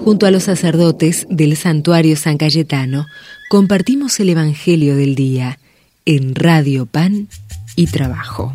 Junto a los sacerdotes del Santuario San Cayetano, compartimos el Evangelio del Día en Radio Pan y Trabajo.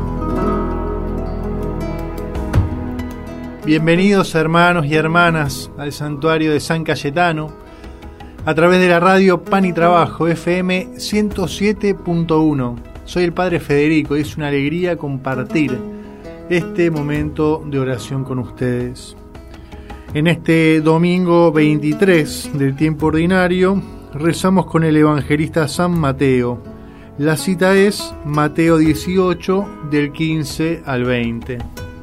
Bienvenidos hermanos y hermanas al Santuario de San Cayetano a través de la radio Pan y Trabajo FM 107.1. Soy el Padre Federico y es una alegría compartir este momento de oración con ustedes. En este domingo 23 del tiempo ordinario rezamos con el evangelista San Mateo. La cita es Mateo 18 del 15 al 20.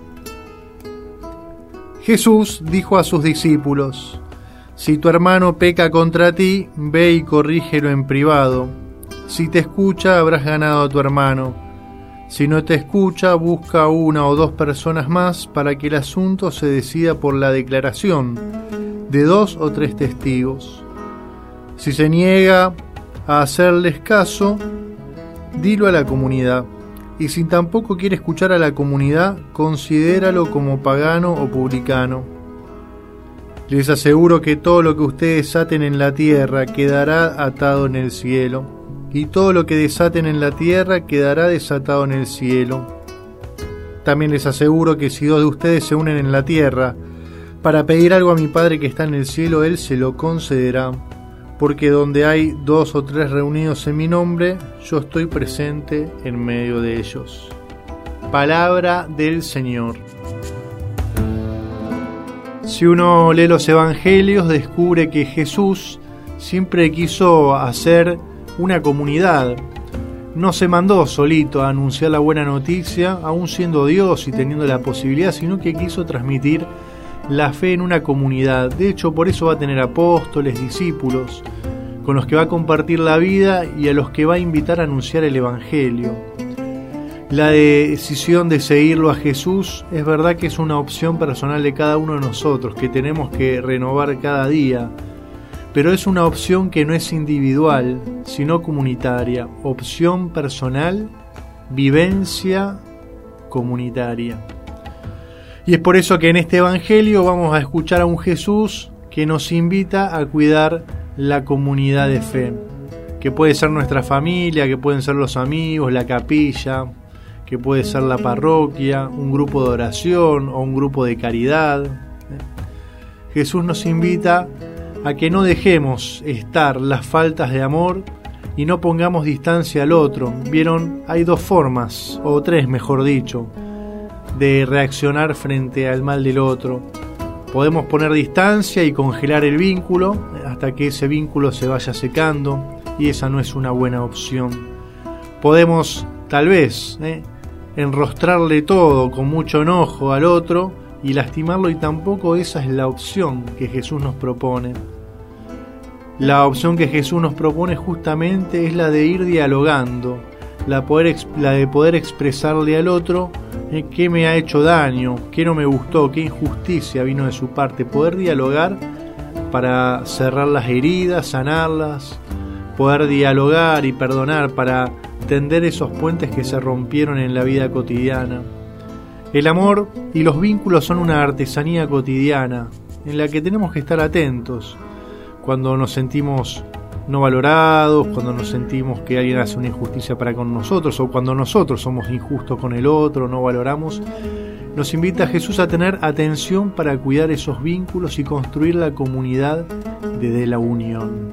Jesús dijo a sus discípulos: si tu hermano peca contra ti, ve y corrígelo en privado. Si te escucha, habrás ganado a tu hermano. Si no te escucha, busca una o dos personas más para que el asunto se decida por la declaración de 2 o 3 testigos. Si se niega a hacerles caso, dilo a la comunidad. Y si tampoco quiere escuchar a la comunidad, considéralo como pagano o publicano. Les aseguro que todo lo que ustedes aten en la tierra quedará atado en el cielo, y todo lo que desaten en la tierra quedará desatado en el cielo. También les aseguro que si 2 de ustedes se unen en la tierra para pedir algo a mi Padre que está en el cielo, Él se lo concederá, porque donde hay 2 o 3 reunidos en mi nombre, yo estoy presente en medio de ellos. Palabra del Señor. Si uno lee los evangelios, descubre que Jesús siempre quiso hacer una comunidad. No se mandó solito a anunciar la buena noticia, aún siendo Dios y teniendo la posibilidad, sino que quiso transmitir la fe en una comunidad. De hecho, por eso va a tener apóstoles, discípulos, con los que va a compartir la vida y a los que va a invitar a anunciar el Evangelio. La decisión de seguirlo a Jesús es verdad que es una opción personal de cada uno de nosotros, que tenemos que renovar cada día, pero es una opción que no es individual, sino comunitaria. Opción personal, vivencia comunitaria. Y es por eso que en este Evangelio vamos a escuchar a un Jesús que nos invita a cuidar la comunidad de fe, que puede ser nuestra familia, que pueden ser los amigos, la capilla, que puede ser la parroquia, un grupo de oración o un grupo de caridad. Jesús nos invita a que no dejemos estar las faltas de amor y no pongamos distancia al otro. Vieron, hay 2 formas, o 3 mejor dicho, de reaccionar frente al mal del otro. Podemos poner distancia y congelar el vínculo hasta que ese vínculo se vaya secando, y esa no es una buena opción. Podemos, tal vez, enrostrarle todo con mucho enojo al otro y lastimarlo, y tampoco esa es la opción que Jesús nos propone. La opción que Jesús nos propone justamente es la de ir dialogando, la de poder expresarle al otro qué me ha hecho daño, qué no me gustó, qué injusticia vino de su parte. Poder dialogar para cerrar las heridas, sanarlas, poder dialogar y perdonar para tender esos puentes que se rompieron en la vida cotidiana. El amor y los vínculos son una artesanía cotidiana en la que tenemos que estar atentos cuando nos sentimos no valorados, cuando nos sentimos que alguien hace una injusticia para con nosotros, o cuando nosotros somos injustos con el otro, no valoramos. Nos invita Jesús a tener atención para cuidar esos vínculos y construir la comunidad desde la unión.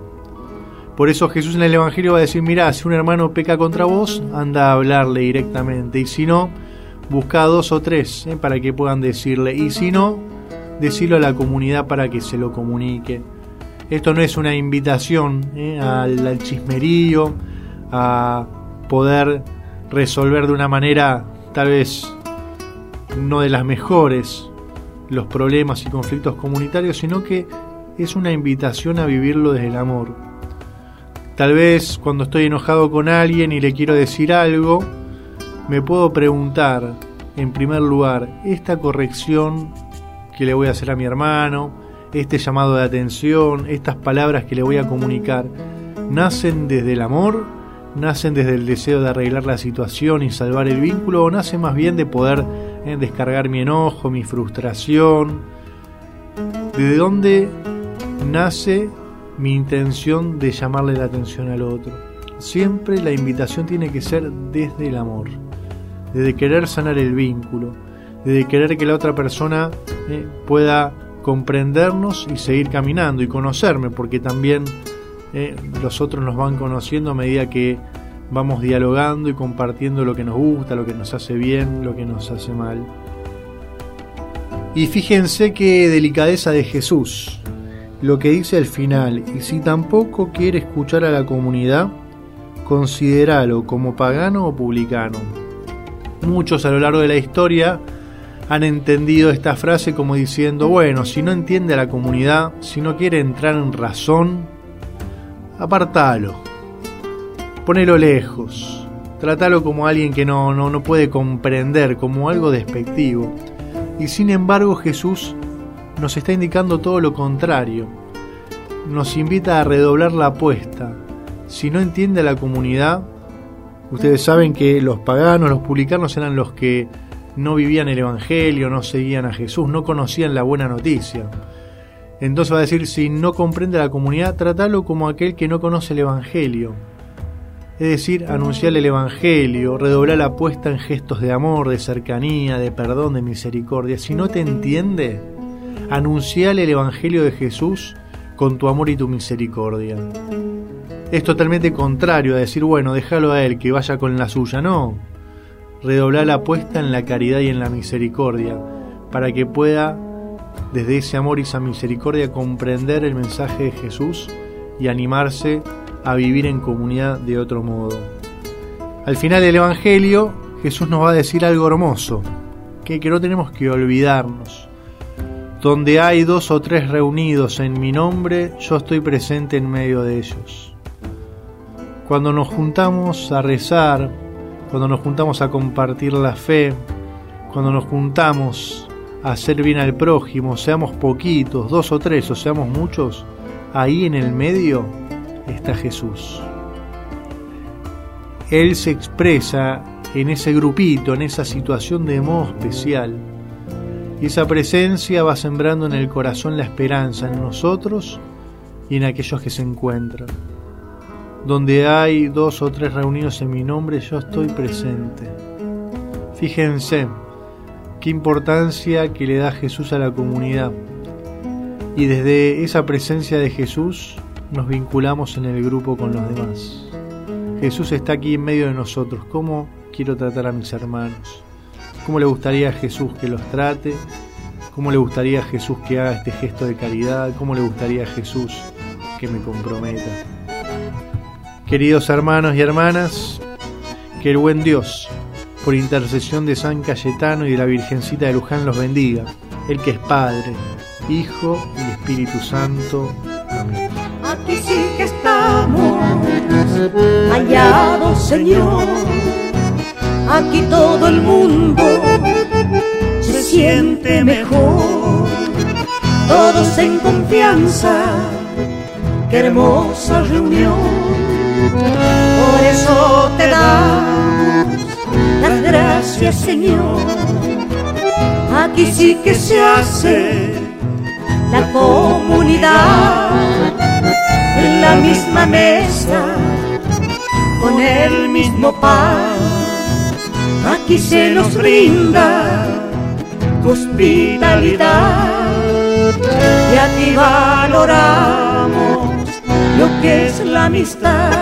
Por eso Jesús en el Evangelio va a decir: mirá, si un hermano peca contra vos, anda a hablarle directamente, y si no, busca 2 o 3 para que puedan decirle, y si no, decirlo a la comunidad para que se lo comunique. Esto no es una invitación al chismerío, a poder resolver de una manera tal vez no de las mejores los problemas y conflictos comunitarios, sino que es una invitación a vivirlo desde el amor. Tal vez cuando estoy enojado con alguien y le quiero decir algo, me puedo preguntar, en primer lugar, esta corrección que le voy a hacer a mi hermano, este llamado de atención, estas palabras que le voy a comunicar, ¿nacen desde el amor? ¿Nacen desde el deseo de arreglar la situación y salvar el vínculo? ¿O nacen más bien de poder descargar mi enojo, mi frustración, ¿De dónde nace mi intención de llamarle la atención al otro? Siempre la invitación tiene que ser desde el amor, desde querer sanar el vínculo, desde querer que la otra persona pueda comprendernos y seguir caminando y conocerme, porque también los otros nos van conociendo a medida que vamos dialogando y compartiendo lo que nos gusta, lo que nos hace bien, lo que nos hace mal. Y fíjense qué delicadeza de Jesús, lo que dice al final: y si tampoco quiere escuchar a la comunidad, considéralo como pagano o publicano. Muchos a lo largo de la historia han entendido esta frase como diciendo: bueno, si no entiende a la comunidad, si no quiere entrar en razón, apartalo, ponelo lejos, tratalo como alguien que no puede comprender, como algo despectivo. Y sin embargo Jesús nos está indicando todo lo contrario. Nos invita a redoblar la apuesta. Si no entiende a la comunidad, ustedes saben que los paganos, los publicanos eran los que no vivían el Evangelio, no seguían a Jesús, no conocían la buena noticia. Entonces va a decir: si no comprende a la comunidad, tratalo como aquel que no conoce el Evangelio. Es decir, anunciarle el Evangelio, redoblar la apuesta en gestos de amor, de cercanía, de perdón, de misericordia. Si no te entiende, anunciale el Evangelio de Jesús con tu amor y tu misericordia. Es totalmente contrario a decir: bueno, déjalo a él, que vaya con la suya. No, redoblar la apuesta en la caridad y en la misericordia, para que pueda, desde ese amor y esa misericordia, comprender el mensaje de Jesús y animarse a vivir en comunidad de otro modo. Al final del Evangelio, Jesús nos va a decir algo hermoso, que no tenemos que olvidarnos. Donde hay 2 o 3 reunidos en mi nombre, yo estoy presente en medio de ellos. Cuando nos juntamos a rezar, cuando nos juntamos a compartir la fe, cuando nos juntamos a hacer bien al prójimo, seamos poquitos, 2 o 3 o seamos muchos, ahí en el medio está Jesús. Él se expresa en ese grupito, en esa situación de modo especial. Y esa presencia va sembrando en el corazón la esperanza en nosotros y en aquellos que se encuentran. Donde hay 2 o 3 reunidos en mi nombre, yo estoy presente. Fíjense qué importancia que le da Jesús a la comunidad. Y desde esa presencia de Jesús nos vinculamos en el grupo con los demás. Jesús está aquí en medio de nosotros. ¿Cómo quiero tratar a mis hermanos? ¿Cómo le gustaría a Jesús que los trate? ¿Cómo le gustaría a Jesús que haga este gesto de caridad? ¿Cómo le gustaría a Jesús que me comprometa? Queridos hermanos y hermanas, que el buen Dios, por intercesión de San Cayetano y de la Virgencita de Luján, los bendiga, el que es Padre, Hijo y Espíritu Santo. Amén. Aquí sí que estamos hallados, Señor. Aquí todo el mundo se siente mejor. Todos en confianza, qué hermosa reunión. Por eso te damos las gracias, Señor. Aquí sí que se hace la comunidad en la misma mesa, con el mismo pan. Aquí se nos brinda tu hospitalidad y aquí valoramos lo que es la amistad.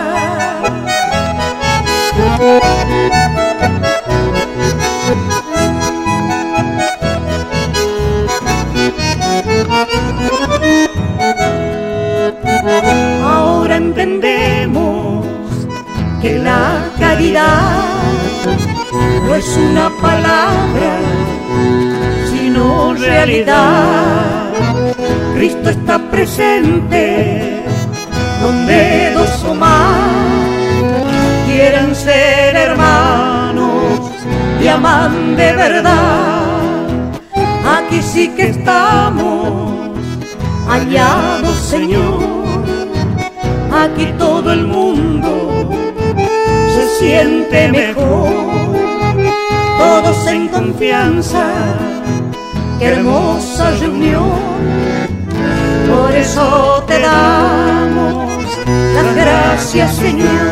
Ahora entendemos que la caridad no es una palabra, sino realidad. Cristo está presente donde 2 o más quieren ser hermanos y aman de verdad. Aquí sí que estamos hallados, Señor. Aquí todo el mundo se siente mejor. Todos en confianza, qué hermosa reunión. eso te damos las gracias, Señor.